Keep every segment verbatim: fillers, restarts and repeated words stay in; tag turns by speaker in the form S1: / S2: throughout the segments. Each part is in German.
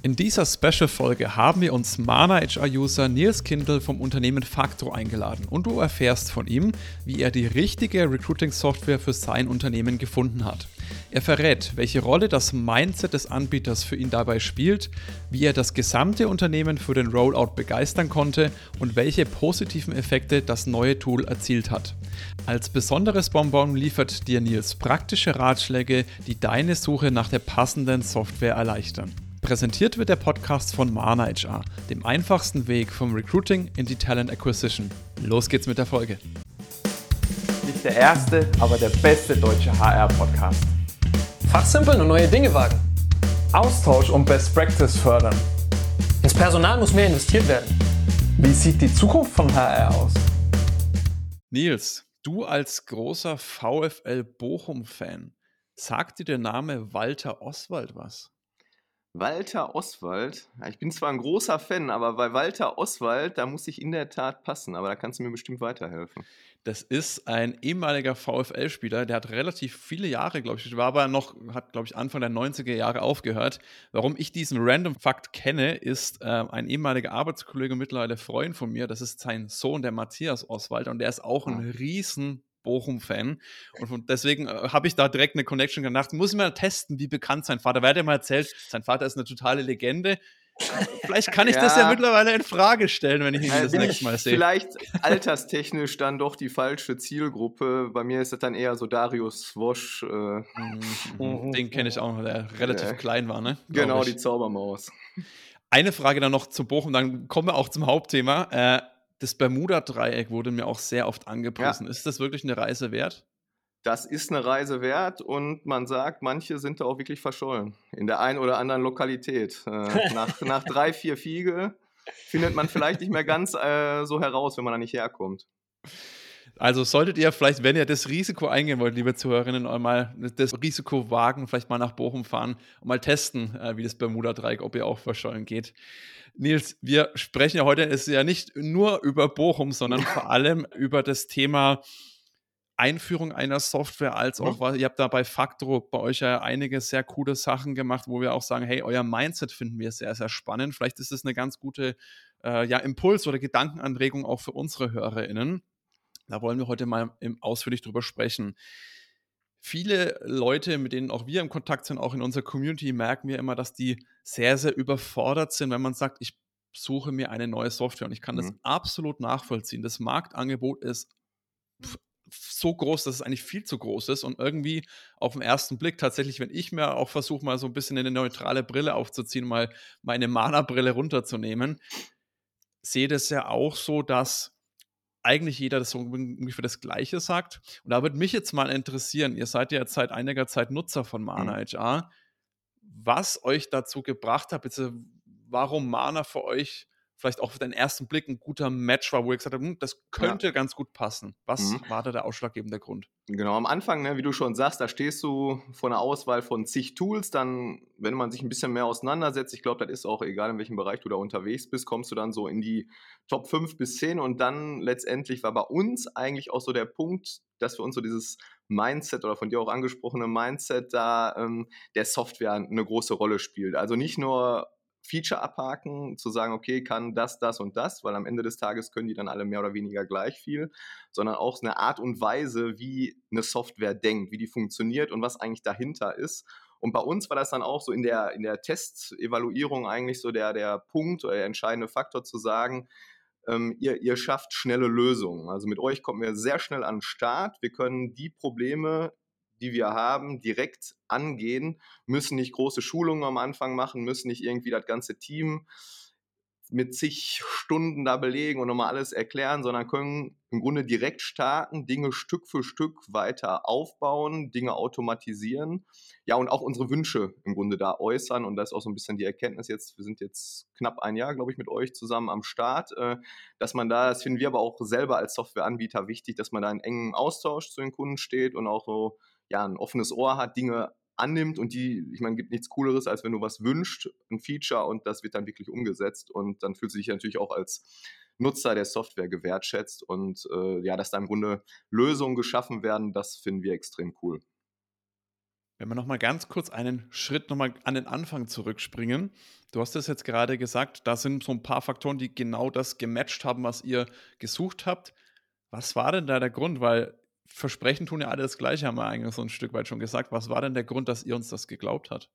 S1: In dieser Special-Folge haben wir uns Mana H R-User Nils Kindl vom Unternehmen Factoro eingeladen und du erfährst von ihm, wie er die richtige Recruiting-Software für sein Unternehmen gefunden hat. Er verrät, welche Rolle das Mindset des Anbieters für ihn dabei spielt, wie er das gesamte Unternehmen für den Rollout begeistern konnte und welche positiven Effekte das neue Tool erzielt hat. Als besonderes Bonbon liefert dir Nils praktische Ratschläge, die deine Suche nach der passenden Software erleichtern. Präsentiert wird der Podcast von Mana H R, dem einfachsten Weg vom Recruiting in die Talent Acquisition. Los geht's mit der Folge.
S2: Nicht der erste, aber der beste deutsche H R-Podcast.
S3: Fachsimpeln und neue Dinge wagen.
S2: Austausch und Best Practice fördern.
S3: Ins Personal muss mehr investiert werden.
S2: Wie sieht die Zukunft von H R aus?
S1: Nils, du als großer VfL Bochum-Fan, sagt dir der Name Walter Oswald was?
S4: Walter Oswald, ja, ich bin zwar ein großer Fan, aber bei Walter Oswald, da muss ich in der Tat passen, aber da kannst du mir bestimmt weiterhelfen.
S1: Das ist ein ehemaliger VfL-Spieler, der hat relativ viele Jahre, glaube ich, war aber noch, hat, glaube ich, Anfang der neunziger Jahre aufgehört. Warum ich diesen Random-Fakt kenne, ist äh, ein ehemaliger Arbeitskollege, mittlerweile Freund von mir, das ist sein Sohn, der Matthias Oswald, und der ist auch ein riesen Bochum-Fan und von, deswegen äh, habe ich da direkt eine Connection gedacht, muss ich mal testen, wie bekannt sein Vater, wer hat ja mal erzählt, sein Vater ist eine totale Legende. Vielleicht kann ich ja. das ja mittlerweile in Frage stellen, wenn ich ihn
S4: ja,
S1: das nächste Mal sehe.
S4: Vielleicht alterstechnisch dann doch die falsche Zielgruppe. Bei mir ist das dann eher so Darius Wosch. Äh,
S1: mhm. Den kenne ich auch noch, der relativ äh, klein war, ne?
S4: Genau, ich. Die Zaubermaus.
S1: Eine Frage dann noch zu Bochum, dann kommen wir auch zum Hauptthema. Äh, Das Bermuda-Dreieck wurde mir auch sehr oft angepriesen. Ja. Ist das wirklich eine Reise wert?
S4: Das ist eine Reise wert und man sagt, manche sind da auch wirklich verschollen. In der einen oder anderen Lokalität. Äh, nach, nach drei, vier Fiege findet man vielleicht nicht mehr ganz äh, so heraus, wenn man da nicht herkommt.
S1: Also solltet ihr vielleicht, wenn ihr das Risiko eingehen wollt, liebe Zuhörerinnen, mal das Risiko wagen, vielleicht mal nach Bochum fahren und mal testen, äh, wie das Bermuda-Dreieck, ob ihr auch verschollen geht. Nils, wir sprechen ja heute ist ja nicht nur über Bochum, sondern vor allem über das Thema Einführung einer Software, als auch, was, ihr habt da bei Factoro bei euch ja einige sehr coole Sachen gemacht, wo wir auch sagen, hey, euer Mindset finden wir sehr, sehr spannend. Vielleicht ist es eine ganz gute äh, ja, Impuls oder Gedankenanregung auch für unsere HörerInnen. Da wollen wir heute mal im, ausführlich drüber sprechen. Viele Leute, mit denen auch wir im Kontakt sind, auch in unserer Community, merken wir immer, dass die sehr, sehr überfordert sind, wenn man sagt, ich suche mir eine neue Software. Und ich kann mhm. das absolut nachvollziehen. Das Marktangebot ist so groß, dass es eigentlich viel zu groß ist. Und irgendwie auf den ersten Blick tatsächlich, wenn ich mir auch versuche, mal so ein bisschen eine neutrale Brille aufzuziehen, mal meine Mana-Brille runterzunehmen, sehe das ja auch so, dass eigentlich jeder das so ungefähr das Gleiche sagt. Und da würde mich jetzt mal interessieren, ihr seid ja jetzt seit einiger Zeit Nutzer von Mana H R, was euch dazu gebracht hat, bitte, warum Mana für euch vielleicht auch für den ersten Blick ein guter Match war, wo ihr gesagt habt, hm, das könnte ja. ganz gut passen. Was mhm. war da der ausschlaggebende Grund?
S4: Genau, am Anfang, ne, wie du schon sagst, da stehst du vor einer Auswahl von zig Tools, dann, wenn man sich ein bisschen mehr auseinandersetzt, ich glaube, das ist auch egal, in welchem Bereich du da unterwegs bist, kommst du dann so in die Top fünf bis zehn und dann letztendlich war bei uns eigentlich auch so der Punkt, dass wir uns so dieses Mindset oder von dir auch angesprochene Mindset da ähm, der Software eine große Rolle spielt. Also nicht nur Feature abhaken, zu sagen, okay, kann das, das und das, weil am Ende des Tages können die dann alle mehr oder weniger gleich viel, sondern auch eine Art und Weise, wie eine Software denkt, wie die funktioniert und was eigentlich dahinter ist. Und bei uns war das dann auch so in der, in der Testevaluierung eigentlich so der, der Punkt oder der entscheidende Faktor zu sagen, ähm, ihr, ihr schafft schnelle Lösungen. Also mit euch kommen wir sehr schnell an den Start. Wir können die Probleme, die wir haben, direkt angehen, müssen nicht große Schulungen am Anfang machen, müssen nicht irgendwie das ganze Team mit zig Stunden da belegen und nochmal alles erklären, sondern können im Grunde direkt starten, Dinge Stück für Stück weiter aufbauen, Dinge automatisieren, ja, und auch unsere Wünsche im Grunde da äußern. Und das ist auch so ein bisschen die Erkenntnis jetzt, wir sind jetzt knapp ein Jahr, glaube ich, mit euch zusammen am Start, dass man da, das finden wir aber auch selber als Softwareanbieter wichtig, dass man da in engem Austausch zu den Kunden steht und auch so ja, ein offenes Ohr hat, Dinge annimmt und die, ich meine, gibt nichts Cooleres, als wenn du was wünschst, ein Feature und das wird dann wirklich umgesetzt und dann fühlst du dich natürlich auch als Nutzer der Software gewertschätzt und äh, ja, dass da im Grunde Lösungen geschaffen werden, das finden wir extrem cool.
S1: Wenn wir noch mal ganz kurz einen Schritt noch mal an den Anfang zurückspringen. Du hast es jetzt gerade gesagt, da sind so ein paar Faktoren, die genau das gematcht haben, was ihr gesucht habt. Was war denn da der Grund? Weil Versprechen tun ja alle das Gleiche, haben wir eigentlich so ein Stück weit schon gesagt. Was war denn der Grund, dass ihr uns das geglaubt habt?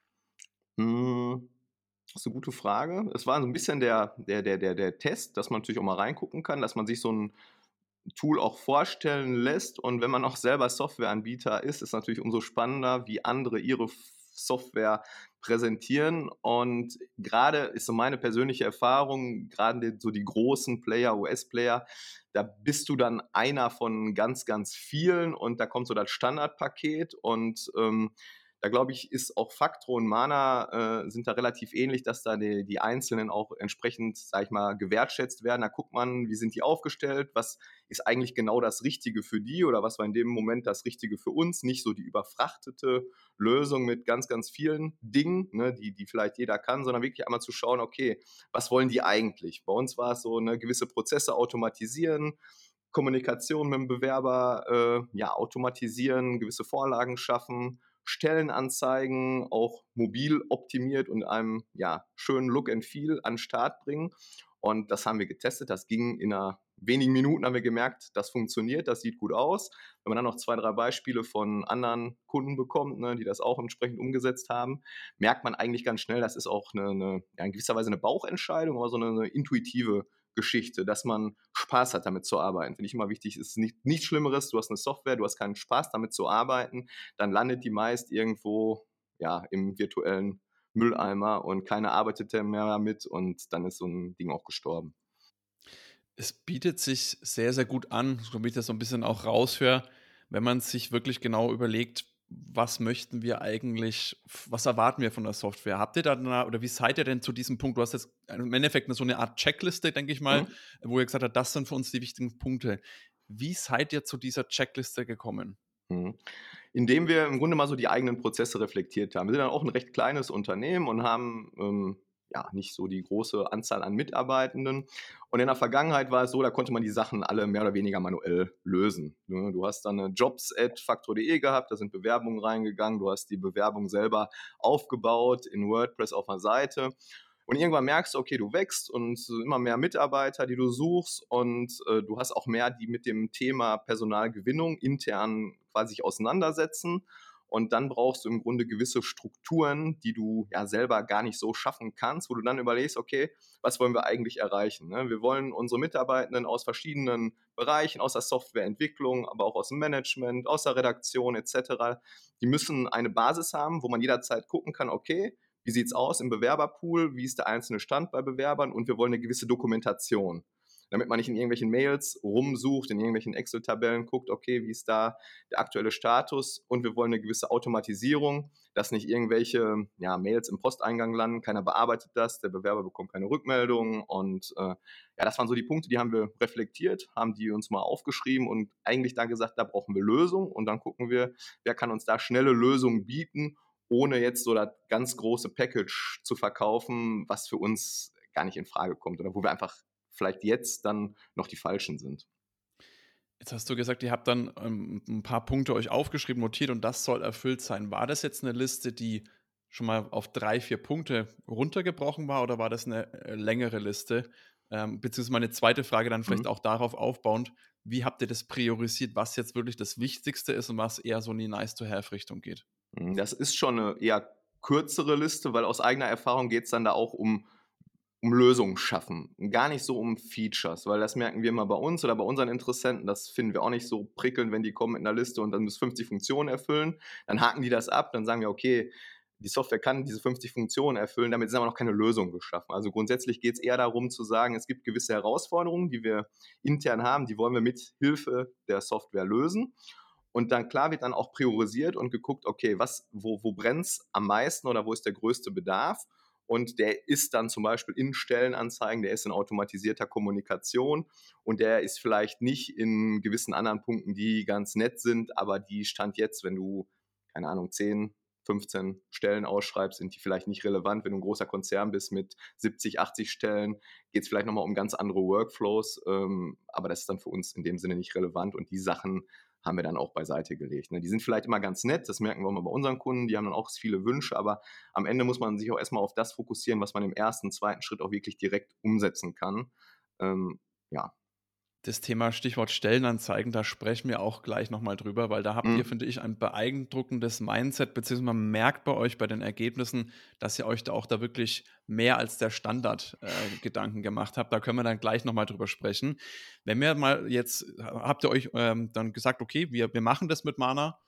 S4: Hm, das ist 'ne gute Frage. Es war so ein bisschen der der der der der Test, dass man natürlich auch mal reingucken kann, dass man sich so ein Tool auch vorstellen lässt. Und wenn man auch selber Softwareanbieter ist, ist natürlich umso spannender, wie andere ihre F Software präsentieren. Und gerade ist so meine persönliche Erfahrung, gerade so die großen Player, U S-Player, da bist du dann einer von ganz, ganz vielen und da kommt so das Standardpaket und, ähm, da glaube ich, ist auch Factro und Mana äh, sind da relativ ähnlich, dass da die, die Einzelnen auch entsprechend, sag ich mal, gewertschätzt werden. Da guckt man, wie sind die aufgestellt, was ist eigentlich genau das Richtige für die oder was war in dem Moment das Richtige für uns, nicht so die überfrachtete Lösung mit ganz, ganz vielen Dingen, ne, die, die vielleicht jeder kann, sondern wirklich einmal zu schauen, okay, was wollen die eigentlich? Bei uns war es so, eine gewisse Prozesse automatisieren, Kommunikation mit dem Bewerber äh, ja, automatisieren, gewisse Vorlagen schaffen, Stellenanzeigen auch mobil optimiert und einem ja, schönen Look and Feel an den Start bringen. Und das haben wir getestet. Das ging in einer wenigen Minuten, haben wir gemerkt, das funktioniert, das sieht gut aus. Wenn man dann noch zwei, drei Beispiele von anderen Kunden bekommt, ne, die das auch entsprechend umgesetzt haben, merkt man eigentlich ganz schnell, das ist auch eine, eine ja, in gewisser Weise eine Bauchentscheidung, aber so eine, eine intuitive Geschichte, dass man Spaß hat, damit zu arbeiten. Finde ich immer wichtig. Es ist nicht, nichts Schlimmeres. Du hast eine Software, du hast keinen Spaß, damit zu arbeiten. Dann landet die meist irgendwo ja, im virtuellen Mülleimer und keiner arbeitet da mehr damit und dann ist so ein Ding auch gestorben.
S1: Es bietet sich sehr, sehr gut an, so wie ich das so ein bisschen auch raushöre, wenn man sich wirklich genau überlegt, was möchten wir eigentlich, was erwarten wir von der Software? Habt ihr da 'ne oder wie seid ihr denn zu diesem Punkt, du hast jetzt im Endeffekt so eine Art Checkliste, denke ich mal,
S4: Mhm.
S1: wo ihr gesagt habt: „Das sind für uns die wichtigen Punkte.“ Wie seid ihr zu dieser Checkliste gekommen?
S4: Mhm. Indem wir im Grunde mal so die eigenen Prozesse reflektiert haben. Wir sind dann auch ein recht kleines Unternehmen und haben, ähm, ja, nicht so die große Anzahl an Mitarbeitenden. Und in der Vergangenheit war es so, da konnte man die Sachen alle mehr oder weniger manuell lösen, ne? Du hast dann 'ne jobs at factro punkt de gehabt, da sind Bewerbungen reingegangen, du hast die Bewerbung selber aufgebaut in WordPress auf 'ner Seite. Und irgendwann merkst du, okay, du wächst und immer mehr Mitarbeiter, die du suchst und äh, du hast auch mehr, die mit dem Thema Personalgewinnung intern quasi sich auseinandersetzen. Und dann brauchst du im Grunde gewisse Strukturen, die du ja selber gar nicht so schaffen kannst, wo du dann überlegst, okay, was wollen wir eigentlich erreichen? Ne? Wir wollen unsere Mitarbeitenden aus verschiedenen Bereichen, aus der Softwareentwicklung, aber auch aus dem Management, aus der Redaktion et cetera. Die müssen eine Basis haben, wo man jederzeit gucken kann, okay, wie sieht es aus im Bewerberpool, wie ist der einzelne Stand bei Bewerbern und wir wollen eine gewisse Dokumentation, damit man nicht in irgendwelchen Mails rumsucht, in irgendwelchen Excel-Tabellen guckt, okay, wie ist da der aktuelle Status und wir wollen eine gewisse Automatisierung, dass nicht irgendwelche ja, Mails im Posteingang landen, keiner bearbeitet das, der Bewerber bekommt keine Rückmeldung und äh, ja, das waren so die Punkte, die haben wir reflektiert, haben die uns mal aufgeschrieben und eigentlich da gesagt, da brauchen wir Lösungen und dann gucken wir, wer kann uns da schnelle Lösungen bieten, ohne jetzt so das ganz große Package zu verkaufen, was für uns gar nicht in Frage kommt oder wo wir einfach vielleicht jetzt dann noch die Falschen sind.
S1: Jetzt hast du gesagt, ihr habt dann, ähm, 'n paar Punkte euch aufgeschrieben, notiert und das soll erfüllt sein. War das jetzt eine Liste, die schon mal auf drei vier Punkte runtergebrochen war oder war das eine äh, längere Liste? Ähm, beziehungsweise meine zweite Frage dann vielleicht
S4: Mhm.
S1: auch darauf aufbauend: Wie habt ihr das priorisiert, was jetzt wirklich das Wichtigste ist und was eher so in die Nice-to-have-Richtung geht?
S4: Mhm, das ist schon eine eher kürzere Liste, weil aus eigener Erfahrung geht es dann da auch um um Lösungen schaffen, gar nicht so um Features, weil das merken wir immer bei uns oder bei unseren Interessenten, das finden wir auch nicht so prickelnd, wenn die kommen mit einer Liste und dann muss fünfzig Funktionen erfüllen. Dann haken die das ab, dann sagen wir: „Okay, die Software kann diese fünfzig Funktionen erfüllen, damit sind aber noch keine Lösung geschaffen.“ Also, grundsätzlich geht es eher darum zu sagen, es gibt gewisse Herausforderungen, die wir intern haben, die wollen wir mit Hilfe der Software lösen. Und dann klar wird dann auch priorisiert und geguckt, okay, was, wo, wo brennt es am meisten oder wo ist der größte Bedarf? Und der ist dann zum Beispiel in Stellenanzeigen, der ist in automatisierter Kommunikation und der ist vielleicht nicht in gewissen anderen Punkten, die ganz nett sind, aber die Stand jetzt, wenn du, keine Ahnung, zehn, fünfzehn Stellen ausschreibst, sind die vielleicht nicht relevant. Wenn du ein großer Konzern bist mit siebzig, achtzig Stellen, geht es vielleicht nochmal um ganz andere Workflows, ähm, aber das ist dann für uns in dem Sinne nicht relevant und die Sachen haben wir dann auch beiseite gelegt. Ne? Die sind vielleicht immer ganz nett, das merken wir immer bei unseren Kunden, die haben dann auch viele Wünsche, aber am Ende muss man sich auch erstmal auf das fokussieren, was man im ersten, zweiten Schritt auch wirklich direkt umsetzen kann. Ähm, ja.
S1: Das Thema Stichwort Stellenanzeigen, da sprechen wir auch gleich nochmal drüber, weil da habt ihr,
S4: Mhm.
S1: finde ich, ein beeindruckendes Mindset, beziehungsweise man merkt bei euch bei den Ergebnissen, dass ihr euch da auch da wirklich mehr als der Standard äh, Gedanken gemacht habt. Da können wir dann gleich nochmal drüber sprechen. Wenn wir mal jetzt, habt ihr euch ähm, dann gesagt, okay, wir, wir machen das mit Mana.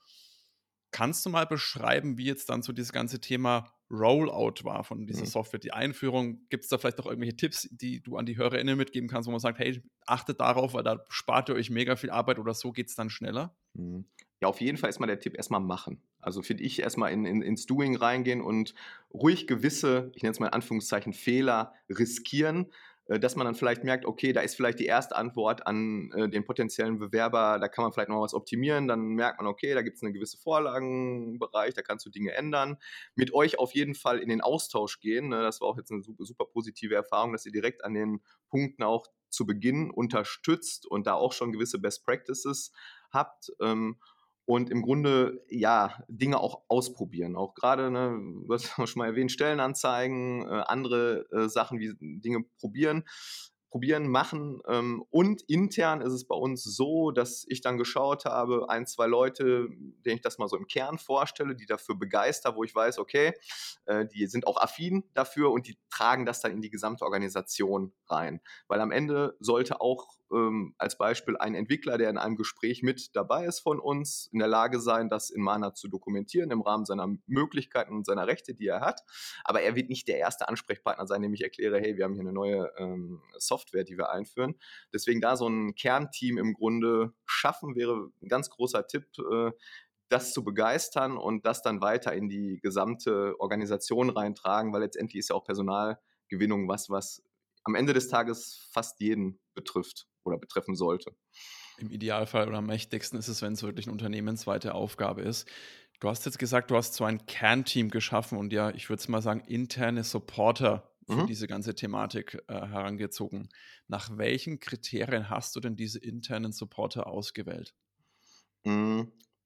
S1: Kannst du mal beschreiben, wie jetzt dann so dieses ganze Thema Rollout war von dieser
S4: Mhm.
S1: Software, die Einführung? Gibt es da vielleicht auch irgendwelche Tipps, die du an die HörerInnen mitgeben kannst, wo man sagt, hey, achtet darauf, weil da spart ihr euch mega viel Arbeit oder so geht es dann schneller?
S4: Mhm. Ja, auf jeden Fall ist mal der Tipp, erstmal machen. Also finde ich, erstmal in, in, ins Doing reingehen und ruhig gewisse, ich nenne es mal in Anführungszeichen, Fehler riskieren, äh, dass man dann vielleicht merkt, okay, da ist vielleicht die erste Antwort an äh, den potenziellen Bewerber, da kann man vielleicht noch was optimieren, dann merkt man, okay, da gibt es einen gewissen Vorlagenbereich, da kannst du Dinge ändern. Mit euch auf jeden Fall in den Austausch gehen, ne? Das war auch jetzt eine super, super positive Erfahrung, dass ihr direkt an den Punkten auch zu Beginn unterstützt und da auch schon gewisse Best Practices habt. Ähm, und im Grunde, ja, Dinge auch ausprobieren. Auch gerade, ne, du hast schon mal erwähnt, Stellenanzeigen, äh, andere äh, Sachen wie Dinge probieren, probieren, machen. Ähm, und intern ist es bei uns so, dass ich dann geschaut habe, ein, zwei Leute, denen ich das mal so im Kern vorstelle, die dafür begeistern, wo ich weiß, okay, äh, die sind auch affin dafür und die tragen das dann in die gesamte Organisation rein. Weil am Ende sollte auch ähm, als Beispiel ein Entwickler, der in einem Gespräch mit dabei ist von uns, in der Lage sein, das in Mana zu dokumentieren im Rahmen seiner Möglichkeiten und seiner Rechte, die er hat. Aber er wird nicht der erste Ansprechpartner sein, dem ich erkläre, hey, wir haben hier eine neue ähm, Software, die wir einführen. Deswegen da so ein Kernteam im Grunde schaffen, wäre ein ganz großer Tipp, äh, das zu begeistern und das dann weiter in die gesamte Organisation reintragen, weil letztendlich ist ja auch Personalgewinnung was, was am Ende des Tages fast jeden betrifft oder betreffen sollte.
S1: Im Idealfall oder am mächtigsten ist es, wenn es wirklich eine unternehmensweite Aufgabe ist. Du hast jetzt gesagt, du hast so ein Kernteam geschaffen und ja, ich würde es mal sagen, interne Supporter für
S4: Mhm.
S1: diese ganze Thematik äh, herangezogen. Nach welchen Kriterien hast du denn diese internen Supporter ausgewählt?
S4: Mm,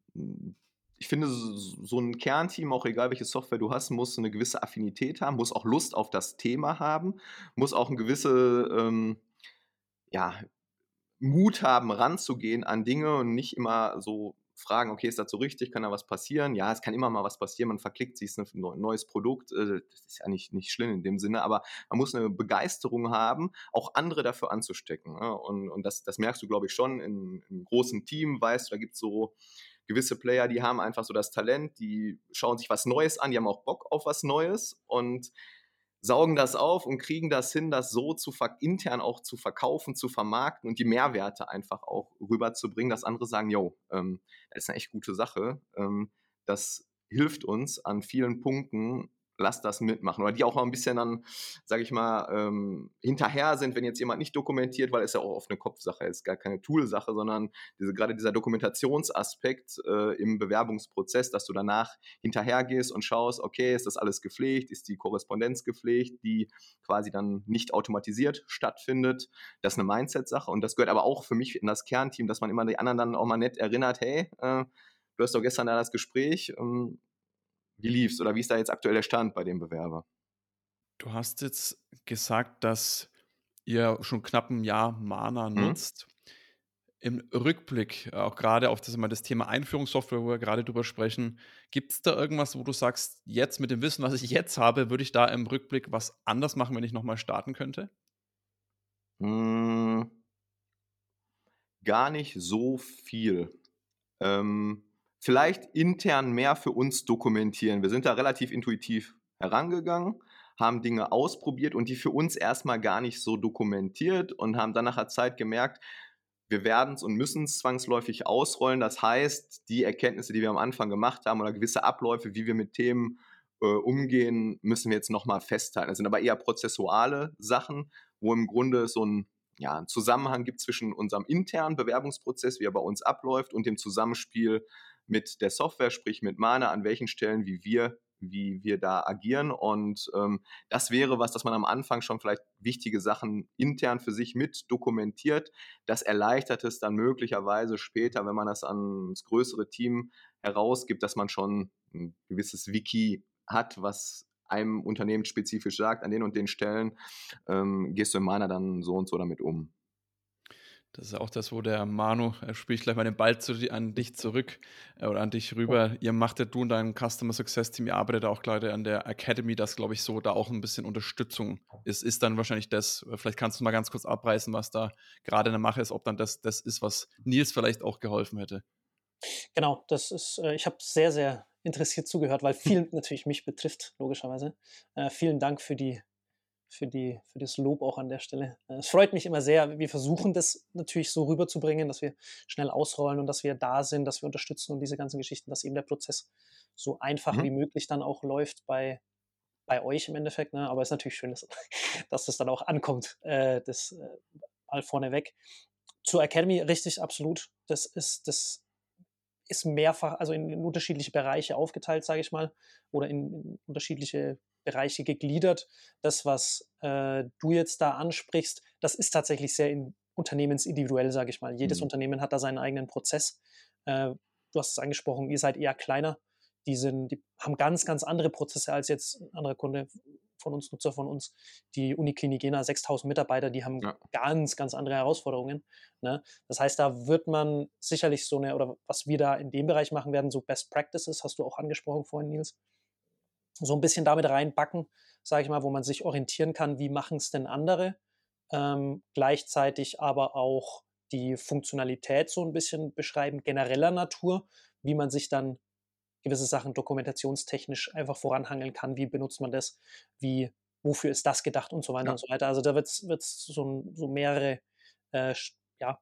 S4: Ich finde, so so ein Kernteam, auch egal welche Software du hast, muss eine gewisse Affinität haben, muss auch Lust auf das Thema haben, muss auch eine gewisse ähm, ja, Mut haben, ranzugehen an Dinge und nicht immer so fragen, okay, ist das so richtig, kann da was passieren? Ja, es kann immer mal was passieren, man verklickt sich, es ist ein neu- neues Produkt, äh, das ist ja nicht, nicht schlimm in dem Sinne, aber man muss eine Begeisterung haben, auch andere dafür anzustecken. Ne? Und, und das, das merkst du, glaube ich, schon in, in einem großen Team, weißt du, da gibt es so gewisse Player, die haben einfach so das Talent, die schauen sich was Neues an, die haben auch Bock auf was Neues und saugen das auf und kriegen das hin, das so zu ver- intern auch zu verkaufen, zu vermarkten und die Mehrwerte einfach auch rüberzubringen, dass andere sagen, yo, ähm, das ist eine echt gute Sache, ähm, das hilft uns an vielen Punkten, lass das mitmachen. Oder die auch mal ein bisschen dann, sage ich mal, ähm, hinterher sind, wenn jetzt jemand nicht dokumentiert, weil es ja auch oft eine Kopfsache ist, gar keine Toolsache, sondern diese, gerade dieser Dokumentationsaspekt äh, im Bewerbungsprozess, dass du danach hinterhergehst und schaust, okay, ist das alles gepflegt, ist die Korrespondenz gepflegt, die quasi dann nicht automatisiert stattfindet. Das ist eine Mindset-Sache und das gehört aber auch für mich in das Kernteam, dass man immer die anderen dann auch mal nett erinnert, hey, äh, du hast doch gestern da das Gespräch, ähm, wie lief's oder wie ist da jetzt aktuell der Stand bei dem Bewerber?
S1: Du hast jetzt gesagt, dass ihr schon knapp ein Jahr Mana
S4: Mhm.
S1: nutzt. Im Rückblick, äh, auch gerade auf das, mal das Thema Einführungssoftware, wo wir gerade drüber sprechen, gibt es da irgendwas, wo du sagst, jetzt mit dem Wissen, was ich jetzt habe, würde ich da im Rückblick was anders machen, wenn ich noch mal starten könnte?
S4: Hm, gar nicht so viel. Ähm, vielleicht intern mehr für uns dokumentieren. Wir sind da relativ intuitiv herangegangen, haben Dinge ausprobiert und die für uns erstmal gar nicht so dokumentiert und haben dann nach der Zeit gemerkt, wir werden es und müssen es zwangsläufig ausrollen. Das heißt, die Erkenntnisse, die wir am Anfang gemacht haben oder gewisse Abläufe, wie wir mit Themen äh, umgehen, müssen wir jetzt nochmal festhalten. Das sind aber eher prozessuale Sachen, wo im Grunde so ein ja, einen Zusammenhang gibt zwischen unserem internen Bewerbungsprozess, wie er bei uns abläuft, und dem Zusammenspiel mit der Software, sprich mit Mana, an welchen Stellen, wie wir wie wir da agieren. Und ähm, das wäre was, dass man am Anfang schon vielleicht wichtige Sachen intern für sich mit dokumentiert. Das erleichtert es dann möglicherweise später, wenn man das an das größere Team herausgibt, dass man schon ein gewisses Wiki hat, was einem Unternehmen spezifisch sagt, an den und den Stellen ähm, gehst du in Mana dann so und so damit um.
S1: Das ist auch das, wo der Manu, er spielt gleich mal den Ball zu, an dich zurück äh, oder an dich rüber. Ihr macht ja, du und dein Customer Success Team, ihr arbeitet auch gerade an der Academy, das glaube ich so da auch ein bisschen Unterstützung ist, ist dann wahrscheinlich das. Vielleicht kannst du mal ganz kurz abreißen, was da gerade in der Mache ist, ob dann das, das ist, was Nils vielleicht auch geholfen hätte.
S3: Genau, das ist, äh, ich habe sehr, sehr interessiert zugehört, weil viel natürlich mich betrifft, logischerweise. Äh, vielen Dank für die für, die, für das Lob auch an der Stelle. Äh, Es freut mich immer sehr. Wir versuchen das natürlich so rüberzubringen, dass wir schnell ausrollen und dass wir da sind, dass wir unterstützen und diese ganzen Geschichten, dass eben der Prozess so einfach
S4: Mhm.
S3: wie möglich dann auch läuft bei, bei euch im Endeffekt. Ne? Aber es ist natürlich schön, dass, dass das dann auch ankommt, äh, das äh, mal vorneweg. Zur Academy, richtig, absolut. Das ist, das ist mehrfach, also in, in unterschiedliche Bereiche aufgeteilt, sage ich mal, oder in, in unterschiedliche Bereiche gegliedert. Das, was äh, du jetzt da ansprichst, das ist tatsächlich sehr in, unternehmensindividuell, sage ich mal. Jedes
S4: Mhm.
S3: Unternehmen hat da seinen eigenen Prozess. Äh, du hast es angesprochen, ihr seid eher kleiner. Die, sind, die haben ganz, ganz andere Prozesse als jetzt ein anderer Kunde von uns, Nutzer von uns. Die Uniklinik Jena, sechstausend Mitarbeiter, die haben
S4: Ja.
S3: ganz, ganz andere Herausforderungen. Ne? Das heißt, da wird man sicherlich so eine, oder was wir da in dem Bereich machen werden, so Best Practices, hast du auch angesprochen vorhin, Nils, so ein bisschen damit reinbacken, sage ich mal, wo man sich orientieren kann, wie machen es denn andere, ähm, gleichzeitig aber auch die Funktionalität so ein bisschen beschreiben, genereller Natur, wie man sich dann gewisse Sachen dokumentationstechnisch einfach voranhangeln kann, wie benutzt man das, wie, wofür ist das gedacht und so weiter
S4: Ja.
S3: und so weiter. Also da wird es so, so mehrere äh, ja,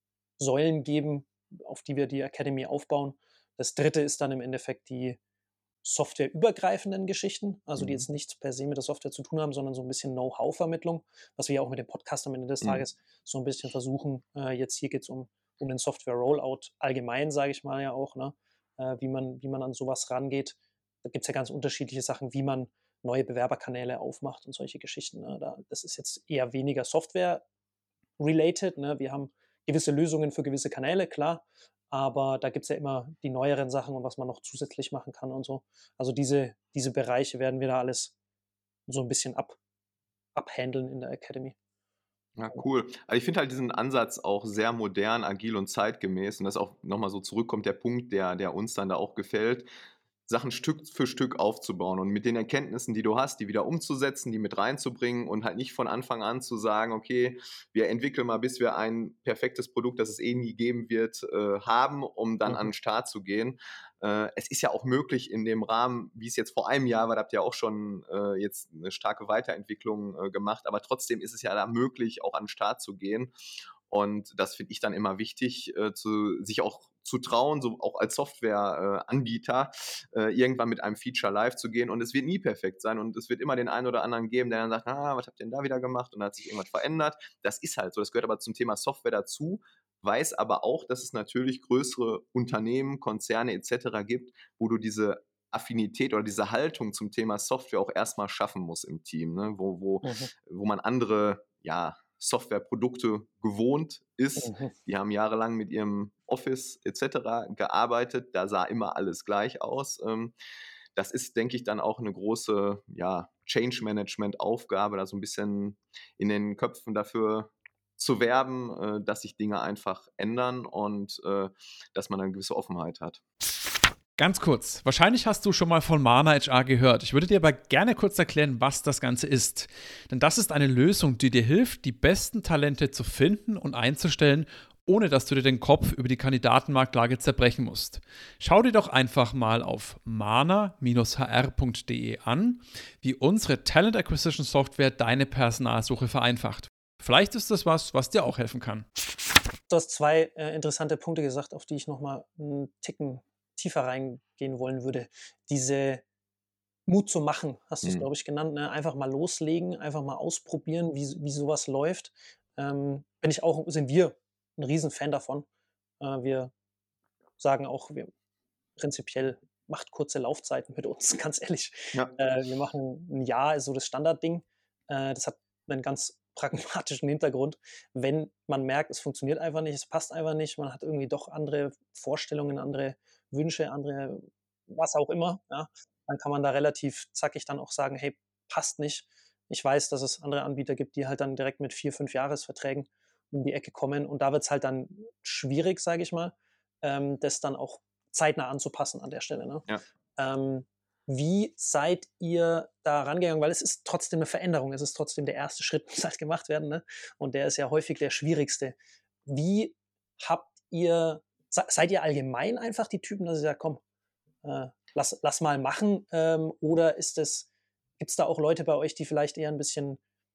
S3: Säulen geben, auf die wir die Academy aufbauen. Das dritte ist dann im Endeffekt die softwareübergreifenden Geschichten, also die
S4: Mhm.
S3: jetzt nichts per se mit der Software zu tun haben, sondern so ein bisschen Know-how-Vermittlung, was wir ja auch mit dem Podcast am Ende des
S4: Mhm.
S3: Tages so ein bisschen versuchen. Äh, jetzt hier geht es um, um den Software-Rollout allgemein, sage ich mal ja auch, ne? äh, wie, man, wie man an sowas rangeht. Da gibt es ja ganz unterschiedliche Sachen, wie man neue Bewerberkanäle aufmacht und solche Geschichten. Ne? Da, das ist jetzt eher weniger Software-related. Ne? Wir haben gewisse Lösungen für gewisse Kanäle, klar, aber da gibt es ja immer die neueren Sachen und was man noch zusätzlich machen kann und so. Also diese, diese Bereiche werden wir da alles so ein bisschen ab, abhandeln in der Academy.
S4: Ja, cool. Also ich finde halt diesen Ansatz auch sehr modern, agil und zeitgemäß. Und das auch nochmal so zurückkommt, der Punkt, der, der uns dann da auch gefällt, Sachen Stück für Stück aufzubauen und mit den Erkenntnissen, die du hast, die wieder umzusetzen, die mit reinzubringen und halt nicht von Anfang an zu sagen, okay, wir entwickeln mal, bis wir ein perfektes Produkt, das es eh nie geben wird, äh, haben, um dann
S3: Mhm.
S4: an den Start zu gehen. Äh, es ist ja auch möglich in dem Rahmen, wie es jetzt vor einem Jahr war, da habt ihr auch schon äh, jetzt eine starke Weiterentwicklung äh, gemacht, aber trotzdem ist es ja da möglich, auch an den Start zu gehen. Und das finde ich dann immer wichtig, äh, zu, sich auch zu trauen, so auch als Softwareanbieter, äh, äh, irgendwann mit einem Feature live zu gehen. Und es wird nie perfekt sein. Und es wird immer den einen oder anderen geben, der dann sagt, ah, was habt ihr denn da wieder gemacht? Und da hat sich irgendwas verändert. Das ist halt so. Das gehört aber zum Thema Software dazu. Weiß aber auch, dass es natürlich größere Unternehmen, Konzerne et cetera gibt, wo du diese Affinität oder diese Haltung zum Thema Software auch erstmal schaffen musst im Team, ne? wo, wo,
S3: Mhm.
S4: wo man andere, ja, Softwareprodukte gewohnt ist.
S3: Mhm.
S4: Die haben jahrelang mit ihrem Office et cetera gearbeitet. Da sah immer alles gleich aus. Das ist, denke ich, dann auch eine große ja, Change-Management-Aufgabe, da so ein bisschen in den Köpfen dafür zu werben, dass sich Dinge einfach ändern und dass man eine gewisse Offenheit hat.
S1: Ganz kurz, wahrscheinlich hast du schon mal von Mana H R gehört. Ich würde dir aber gerne kurz erklären, was das Ganze ist. Denn das ist eine Lösung, die dir hilft, die besten Talente zu finden und einzustellen, ohne dass du dir den Kopf über die Kandidatenmarktlage zerbrechen musst. Schau dir doch einfach mal auf mana Bindestrich h r punkt d e an, wie unsere Talent Acquisition Software deine Personalsuche vereinfacht. Vielleicht ist das was, was dir auch helfen kann.
S3: Du hast zwei äh, interessante Punkte gesagt, auf die ich nochmal einen Ticken tiefer reingehen wollen würde. Diese Mut zu machen, hast du es,
S4: Mhm.
S3: glaube ich, genannt. Ne? Einfach mal loslegen, einfach mal ausprobieren, wie, wie sowas läuft. Ähm, bin ich auch, sind wir ein Riesenfan davon. Äh, wir sagen auch, wir prinzipiell macht kurze Laufzeiten mit uns, ganz ehrlich.
S4: Ja.
S3: Äh, wir machen ein Jahr, ist so das Standardding. Äh, das hat einen ganz pragmatischen Hintergrund. Wenn man merkt, es funktioniert einfach nicht, es passt einfach nicht, man hat irgendwie doch andere Vorstellungen, andere Wünsche, andere was auch immer, ja, dann kann man da relativ zackig dann auch sagen, hey, passt nicht. Ich weiß, dass es andere Anbieter gibt, die halt dann direkt mit vier, fünf Jahresverträgen um die Ecke kommen und da wird es halt dann schwierig, sage ich mal, ähm, das dann auch zeitnah anzupassen an der Stelle. Ne?
S4: Ja.
S3: Ähm, wie seid ihr da rangegangen? Weil es ist trotzdem eine Veränderung, es ist trotzdem der erste Schritt, muss halt gemacht werden, ne? Und der ist ja häufig der schwierigste. Wie habt ihr, se- seid ihr allgemein einfach die Typen, dass ihr sagt, komm, äh, lass, lass mal machen? Ähm, oder ist es, gibt es da auch Leute bei euch, die vielleicht eher ein bisschen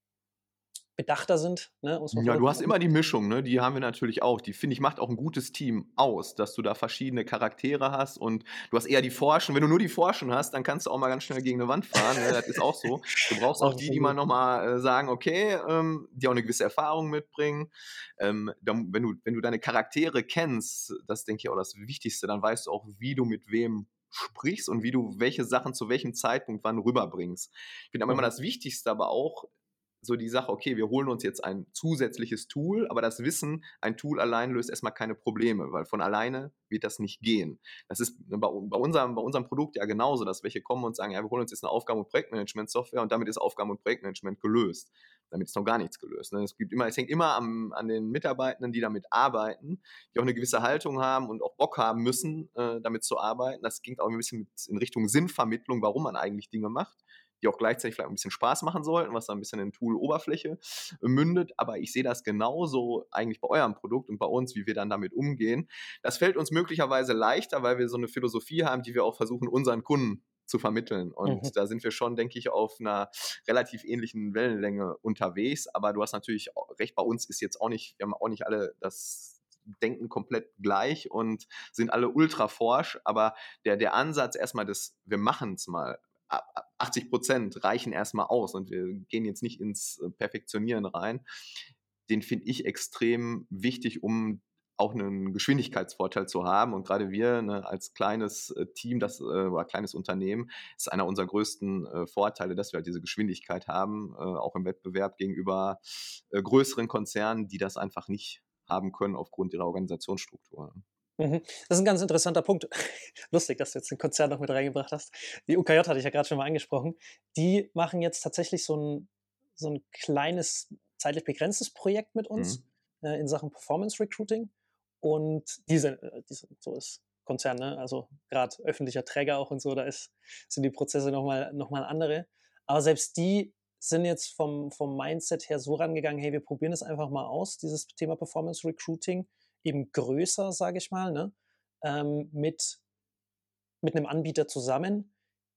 S3: bedachter sind? Ne? Um's mal
S4: Ja, du hast
S3: vorsichtig
S4: immer die Mischung, ne? Die haben wir natürlich auch. Die, finde ich, macht auch ein gutes Team aus, dass du da verschiedene Charaktere hast und du hast eher die Forschen. Wenn du nur die Forschen hast, dann kannst du auch mal ganz schnell gegen eine Wand fahren, ne? Das ist auch so. Du brauchst auch die, die mal
S3: Absolut.
S4: nochmal äh, sagen, okay, ähm, die auch eine gewisse Erfahrung mitbringen. Ähm, dann, wenn du, wenn du deine Charaktere kennst, das denke ich auch das Wichtigste, dann weißt du auch, wie du mit wem sprichst und wie du welche Sachen zu welchem Zeitpunkt wann rüberbringst. Ich finde aber immer
S3: Mhm.
S4: das Wichtigste aber auch, so die Sache, okay, wir holen uns jetzt ein zusätzliches Tool, aber das Wissen, ein Tool allein löst erstmal keine Probleme, weil von alleine wird das nicht gehen. Das ist bei, bei, unserem, bei unserem Produkt ja genauso, dass welche kommen und sagen, ja, wir holen uns jetzt eine Aufgaben- und Projektmanagement-Software und damit ist Aufgaben- und Projektmanagement gelöst. Damit ist noch gar nichts gelöst. Ne? Es, gibt immer, es hängt immer am, an den Mitarbeitenden, die damit arbeiten, die auch eine gewisse Haltung haben und auch Bock haben müssen, äh, damit zu arbeiten. Das ging auch ein bisschen mit, in Richtung Sinnvermittlung, warum man eigentlich Dinge macht, die auch gleichzeitig vielleicht ein bisschen Spaß machen sollten, was dann ein bisschen in Tool-Oberfläche mündet. Aber ich sehe das genauso eigentlich bei eurem Produkt und bei uns, wie wir dann damit umgehen. Das fällt uns möglicherweise leichter, weil wir so eine Philosophie haben, die wir auch versuchen, unseren Kunden zu vermitteln. Und
S3: Mhm.
S4: da sind wir schon, denke ich, auf einer relativ ähnlichen Wellenlänge unterwegs. Aber du hast natürlich recht, bei uns ist jetzt auch nicht, wir haben auch nicht alle das denken komplett gleich und sind alle ultra forsch, aber der, der Ansatz erstmal des, wir machen es mal, achtzig Prozent reichen erstmal aus und wir gehen jetzt nicht ins Perfektionieren rein. Den finde ich extrem wichtig, um auch einen Geschwindigkeitsvorteil zu haben. Und gerade wir, ne, als kleines Team, das, äh, oder kleines Unternehmen, ist einer unserer größten äh, Vorteile, dass wir halt diese Geschwindigkeit haben, äh, auch im Wettbewerb gegenüber äh, größeren Konzernen, die das einfach nicht haben können aufgrund ihrer Organisationsstruktur.
S3: Mhm. Das ist ein ganz interessanter Punkt. Lustig, dass du jetzt den Konzern noch mit reingebracht hast. Die U K J hatte ich ja gerade schon mal angesprochen. Die machen jetzt tatsächlich so ein so 'n kleines, zeitlich begrenztes Projekt mit
S4: Mhm.
S3: uns, äh, in Sachen Performance Recruiting. Und diese äh, diese so ist Konzern, ne? Also, gerade öffentlicher Träger auch und so, da ist sind die Prozesse noch mal noch mal andere. Aber selbst die sind jetzt vom vom Mindset her so rangegangen: „Hey, wir probieren es einfach mal aus, dieses Thema Performance Recruiting, eben größer, sage ich mal, ne, ähm, mit mit 'nem Anbieter zusammen,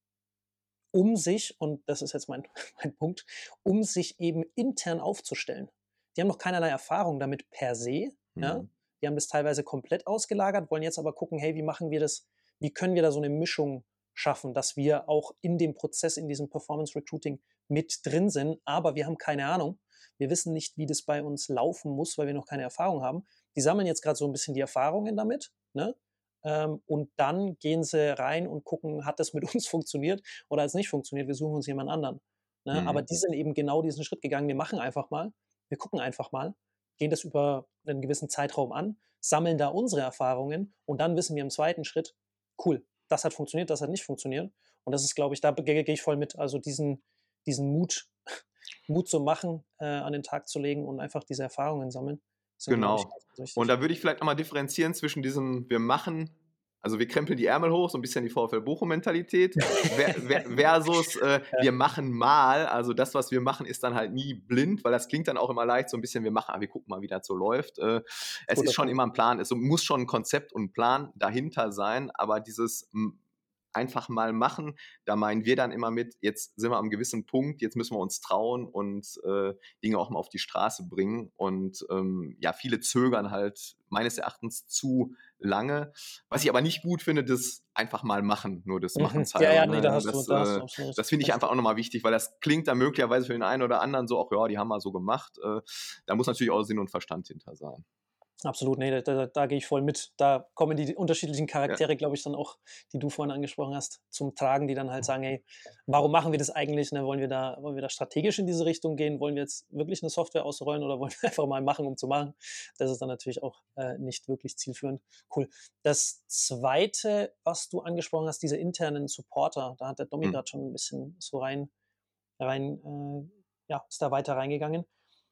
S3: um sich“ und das ist jetzt mein mein Punkt, um sich eben intern aufzustellen. Die haben noch keinerlei Erfahrung damit per se, ja?
S4: Mhm.
S3: Die haben das teilweise komplett ausgelagert, wollen jetzt aber gucken: „Hey, wie machen wir das wie können wir da so 'ne Mischung schaffen, dass wir auch in dem Prozess, in diesem Performance Recruiting mit drin sind, aber wir haben keine Ahnung. Wir wissen nicht, wie das bei uns laufen muss, weil wir noch keine Erfahrung haben.“ Die sammeln jetzt grad so 'n bisschen die Erfahrungen damit, ne? Ähm, und dann gehen sie rein und gucken, hat das mit uns funktioniert oder hat's nicht funktioniert, wir suchen uns jemand anderen, ne? Aber
S4: Mhm.
S3: die sind eben genau diesen Schritt gegangen: „Wir machen einfach mal. Wir gucken einfach mal, gehen das über 'nen gewissen Zeitraum an, sammeln da unsere Erfahrungen und dann wissen wir im zweiten Schritt: Cool, das hat funktioniert, das hat nicht funktioniert.“ Und das ist, glaube ich, da gehe gehe ich voll mit. Also, diesen diesen Mut Mut zu machen, äh, an den Tag zu legen und einfach diese Erfahrungen sammeln, sind, glaube ich,
S4: Genau.
S3: ganz, ganz
S4: Und
S3: wichtig.
S4: da würde ich vielleicht nochmal differenzieren zwischen diesem, wir machen, also wir krempeln die Ärmel hoch, so ein bisschen die VfL Bochum-Mentalität, ver- ver- versus äh,
S3: Ja,
S4: wir machen mal, also das, was wir machen, ist dann halt nie blind, weil das klingt dann auch immer leicht, so ein bisschen, wir machen, aber wir gucken mal, wie das so läuft. Äh, es
S3: guter
S4: ist schon
S3: Punkt.
S4: immer ein Plan, es muss schon ein Konzept und ein Plan dahinter sein, aber dieses m, einfach mal machen, da meinen wir dann immer mit, jetzt sind wir am gewissen Punkt, jetzt müssen wir uns trauen und äh, Dinge auch mal auf die Straße bringen. Und ähm, ja, viele zögern halt meines Erachtens zu lange. Was ich aber nicht gut finde, das einfach mal machen, nur des
S3: Mhm.
S4: Machens
S3: Ja,
S4: halber.
S3: ja, ne, da
S4: Ne?
S3: hast du
S4: Das,
S3: da hast
S4: äh,
S3: du absolut
S4: das finde ich
S3: recht.
S4: einfach auch nochmal wichtig, weil das klingt dann möglicherweise für den einen oder anderen so, ach ja, die haben wir so gemacht. Äh, da muss natürlich auch Sinn und Verstand hinter sein.
S3: Absolut, ne, da da da gehe ich voll mit. Da kommen die unterschiedlichen
S4: Ja.
S3: Charaktere, glaube ich, dann auch, die du vorhin angesprochen hast, zum Tragen, die dann halt sagen: „Hey, warum machen wir das eigentlich, ne? Wollen wir da wollen wir da strategisch in diese Richtung gehen? Wollen wir jetzt wirklich 'ne Software ausrollen oder wollen wir einfach mal machen, um zu machen?“ Das ist dann natürlich auch, äh, nicht wirklich zielführend. Cool. Das Zweite, was du angesprochen hast, diese internen Supporter, da hat der Domi
S4: Mhm.
S3: grad schon 'n bisschen so rein rein, äh ja, ist da weiter reingegangen.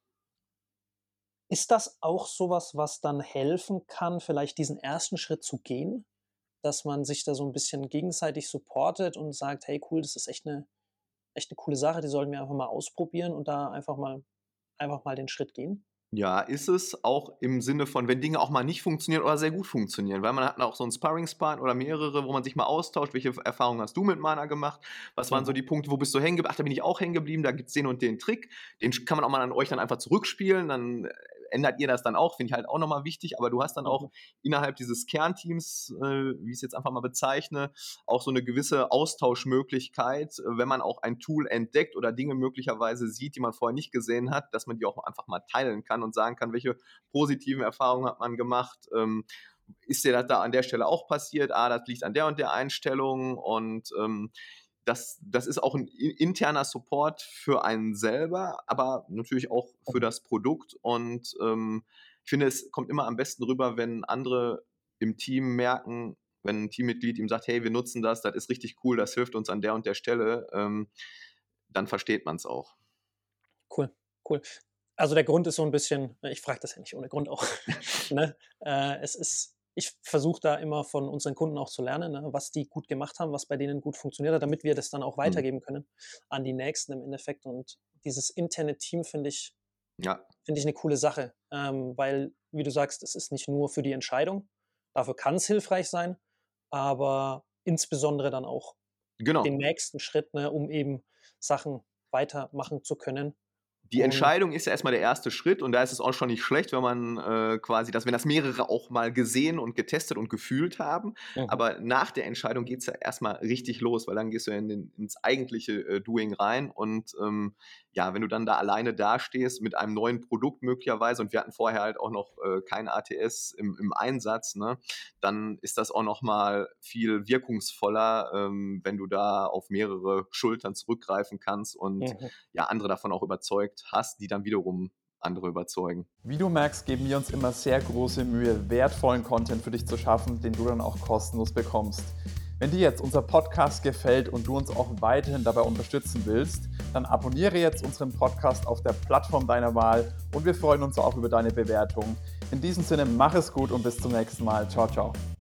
S3: Ist das auch so was, was dann helfen kann, vielleicht diesen ersten Schritt zu gehen? Dass man sich da so 'n bisschen gegenseitig supportet und sagt: „Hey cool, das ist echt 'ne echt 'ne coole Sache, die sollten wir einfach mal ausprobieren und da einfach mal einfach mal den Schritt gehen?“
S4: Ja, ist es auch im Sinne von, wenn Dinge auch mal nicht funktionieren oder sehr gut funktionieren, weil man hat auch so 'n Sparringspartner oder mehrere, wo man sich mal austauscht: „Welche F Erfahrungen hast du mit Mana gemacht? Was waren so
S3: Mhm.
S4: die Punkte, wo bist du hängen geblieben? Ach, da bin ich auch hängen geblieben, da gibt's den und den Trick.“ Den sch kann man auch mal an euch dann einfach zurückspielen, dann, äh, ändert ihr das dann auch, finde ich halt auch noch mal wichtig. Aber du hast dann
S3: Mhm.
S4: auch innerhalb dieses Kernteams, äh, wie ich's jetzt einfach mal bezeichne, auch so 'ne gewisse Austauschmöglichkeit, äh, wenn man auch ein Tool entdeckt oder Dinge möglicherweise sieht, die man vorher nicht gesehen hat, dass man die auch einfach mal teilen kann und sagen kann: „Welche positiven Erfahrungen hat man gemacht? Ähm, ist dir das da an der Stelle auch passiert? Ah, das liegt an der und der Einstellung.“ Und, ähm, das das ist auch 'n i interner Support für einen selber, aber natürlich auch für
S3: Mhm.
S4: das Produkt. Und, ähm, ich finde, es kommt immer am besten rüber, wenn andere im Team merken, wenn 'n Teammitglied ihm sagt: „Hey, wir nutzen das, das ist richtig cool, das hilft uns an der und der Stelle“, ähm, dann versteht man's auch.
S3: Cool, cool. Also, der Grund ist so 'n bisschen ne, ich frage das ja nicht ohne Grund auch, ne? Äh, es ist ich versuche da immer von unseren Kunden auch zu lernen, ne, was die gut gemacht haben, was bei denen gut funktioniert hat, damit wir das dann auch
S4: Mhm.
S3: weitergeben können an die Nächsten im Endeffekt. Und dieses interne Team finde ich
S4: Ja.
S3: finde ich 'ne coole Sache, ähm, weil, wie du sagst, es ist nicht nur für die Entscheidung. Dafür kann's hilfreich sein, aber insbesondere dann auch den
S4: Genau.
S3: nächsten Schritt, ne, um eben Sachen weitermachen zu können.
S4: Die
S3: Und
S4: Entscheidung ist ja erst mal der erste Schritt und da ist es auch schon nicht schlecht, wenn man, äh, quasi das wenn das mehrere auch mal gesehen und getestet und gefühlt haben.
S3: Mhm.
S4: Aber nach der Entscheidung geht's ja erst mal richtig los, weil dann gehst du ja in den ins eigentliche, äh, Doing rein. Und, ähm, ja, wenn du dann da alleine dastehst mit einem neuen Produkt möglicherweise und wir hatten vorher halt auch noch, äh, kein ATS im im Einsatz, ne, dann ist das auch noch mal viel wirkungsvoller, ähm, wenn du da auf mehrere Schultern zurückgreifen kannst und,
S3: Mhm.
S4: ja, andere davon auch überzeugt hast, die dann wiederum andere überzeugen.
S1: Wie du merkst, geben wir uns immer sehr große Mühe, wertvollen Content für dich zu schaffen, den du dann auch kostenlos bekommst. Wenn dir jetzt unser Podcast gefällt und du uns auch weiterhin dabei unterstützen willst, dann abonniere jetzt unseren Podcast auf der Plattform deiner Wahl und wir freuen uns auch über deine Bewertung. In diesem Sinne, mach es gut und bis zum nächsten Mal. Ciao, ciao.